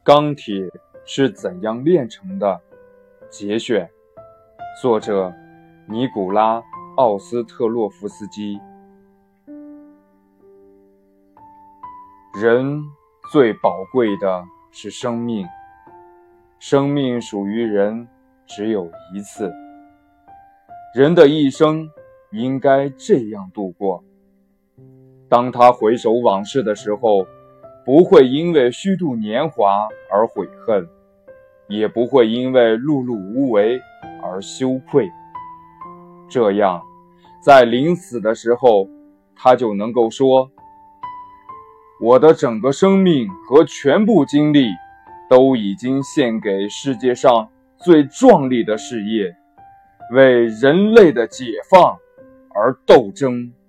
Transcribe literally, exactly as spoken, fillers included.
钢铁是怎样炼成的？节选，作者尼古拉·奥斯特洛夫斯基。人最宝贵的是生命，生命属于人只有一次。人的一生应该这样度过：当他回首往事的时候，不会因为虚度年华而悔恨，也不会因为碌碌无为而羞愧。这样，在临死的时候，他就能够说：我的整个生命和全部精力都已经献给世界上最壮丽的事业，为人类的解放而斗争。